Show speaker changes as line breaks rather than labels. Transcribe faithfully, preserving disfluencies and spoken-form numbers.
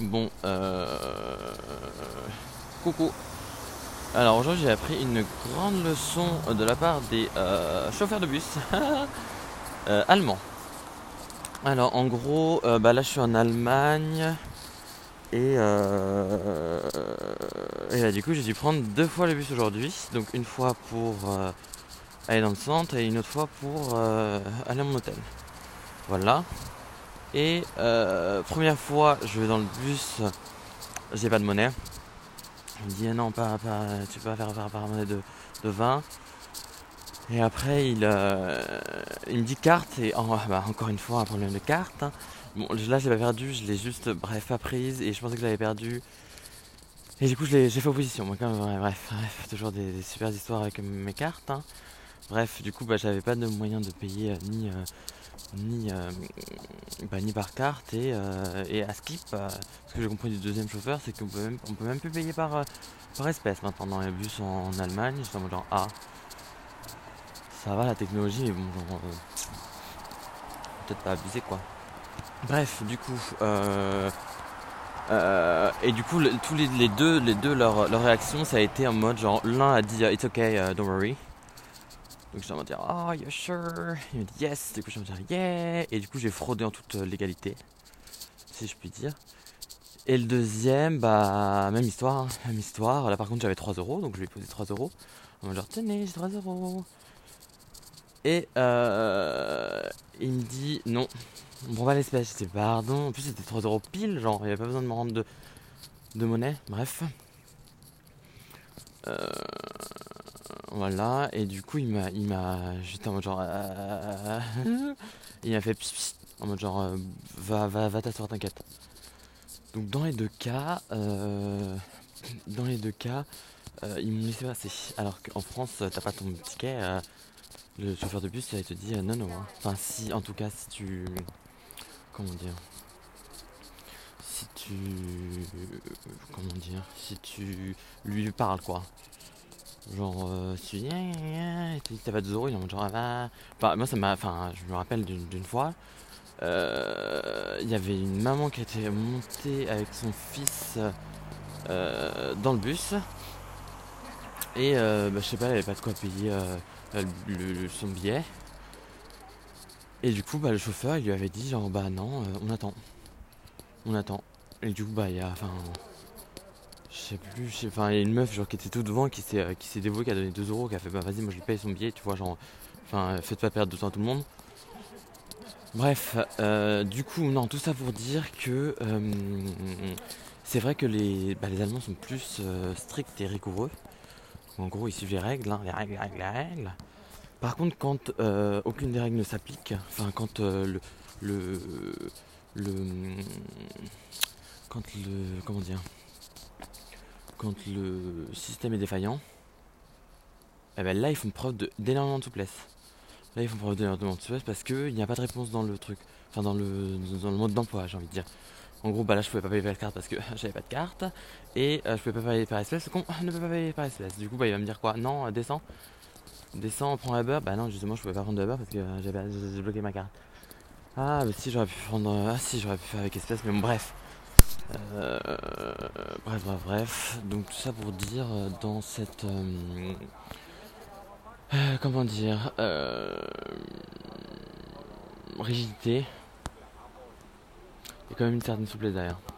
Bon, euh... coucou. Alors aujourd'hui j'ai appris une grande leçon de la part des euh, chauffeurs de bus euh, allemands. Alors en gros, euh, bah là je suis en Allemagne et, euh, et là du coup j'ai dû prendre deux fois le bus aujourd'hui. Donc une fois pour euh, aller dans le centre et une autre fois pour euh, aller à mon hôtel. Voilà. Et euh, première fois je vais dans le bus, j'ai pas de monnaie. Il me dit ah non, pas, pas, tu peux pas faire faire par monnaie de, de vingt. Et après il, euh, il me dit carte et oh, bah, encore une fois un problème de carte. Hein. Bon là je l'ai pas perdu, je l'ai juste bref pas prise et je pensais que je l'avais perdu. Et du coup je l'ai, j'ai fait opposition. Donc, hein, bref, bref, toujours des, des super histoires avec mes cartes. Hein. Bref, du coup bah, j'avais pas de moyen de payer euh, ni, euh, ni, euh, bah, ni par carte et, euh, et à Skip. Euh, ce que j'ai compris du deuxième chauffeur, c'est qu'on peut même, on peut même plus payer par, euh, par espèce maintenant dans les bus en, en Allemagne. J'étais en mode genre ah, ça va la technologie, mais bon genre euh, peut-être pas abusé quoi. Bref, du coup, euh, euh, et du coup le, tous les, les deux, les deux leur, leur réaction ça a été en mode genre l'un a dit uh, it's okay, uh, don't worry. Donc j'étais en mode dire oh you're sure. Il me dit yes. Du coup je me dis yeah. Et du coup j'ai fraudé en toute légalité, si je puis dire. Et le deuxième, bah même histoire, hein, même histoire. Là par contre j'avais trois euros, donc je lui ai posé trois euros. On m'a genre tenez j'ai trois euros. Et euh, il me dit non, on prend pas l'espèce. J'étais pardon. En plus c'était trois euros pile, genre il n'y avait pas besoin de me rendre de, de monnaie. Bref. Euh, voilà. Et du coup il m'a, il m'a, j'étais en mode genre, euh, il m'a fait pss, pss, en mode genre euh, va, va, va t'asseoir, t'inquiète. Donc dans les deux cas, euh, dans les deux cas, euh, ils m'ont laissé passer. Alors qu'en France, t'as pas ton ticket, euh, le chauffeur de bus il te dit euh, non non. Hein. Enfin si, en tout cas si tu, comment dire, si tu, comment dire, si tu lui parles quoi. Genre euh, si tu dis eh, eh, tu dis que t'as pas deux euros, il est en mode genre ah, va. Enfin moi ça m'a, enfin je me rappelle d'une, d'une fois. Il euh, y avait une maman qui était montée avec son fils euh, dans le bus et euh, bah, je sais pas, elle avait pas de quoi payer euh, le, le, son billet et du coup bah, le chauffeur il lui avait dit genre bah non euh, on attend on attend et du coup bah il y a enfin je sais plus enfin il y a une meuf genre qui était tout devant qui s'est euh, qui s'est dévouée, qui a donné deux euros, qui a fait bah vas-y moi je lui paye son billet, tu vois, genre enfin faites pas perdre de temps à tout le monde. Bref, euh, du coup, non, tout ça pour dire que euh, c'est vrai que les, bah, les Allemands sont plus euh, stricts et rigoureux. En gros, ils suivent les règles, hein, les règles, les règles, les règles. Par contre, quand euh, aucune des règles ne s'applique, enfin, quand euh, le, le, le, quand le, comment dire, quand le système est défaillant, eh ben là, ils font preuve de, d'énormément de souplesse. Là, ils font preuve d'énormément de souplesse parce qu'il n'y a pas de réponse dans le truc, enfin, dans le, dans le mode d'emploi, j'ai envie de dire. En gros, bah là, je pouvais pas payer par carte parce que j'avais pas de carte. Et euh, je pouvais pas payer par espèce parce qu'on ne peut pas payer par espèce. Du coup, bah il va me dire quoi? Non, euh, descends. Descends, prends Uber. Bah non, justement, je pouvais pas prendre Uber parce que euh, j'avais, j'ai bloqué ma carte. Ah, bah si, j'aurais pu prendre. Euh, ah, si, j'aurais pu faire avec espèce. Mais bon, bref. Euh, bref, bref, bref. Donc, tout ça pour dire, euh, dans cette. Euh, euh, comment dire euh, rigidité. Il y a quand même une certaine souplesse derrière.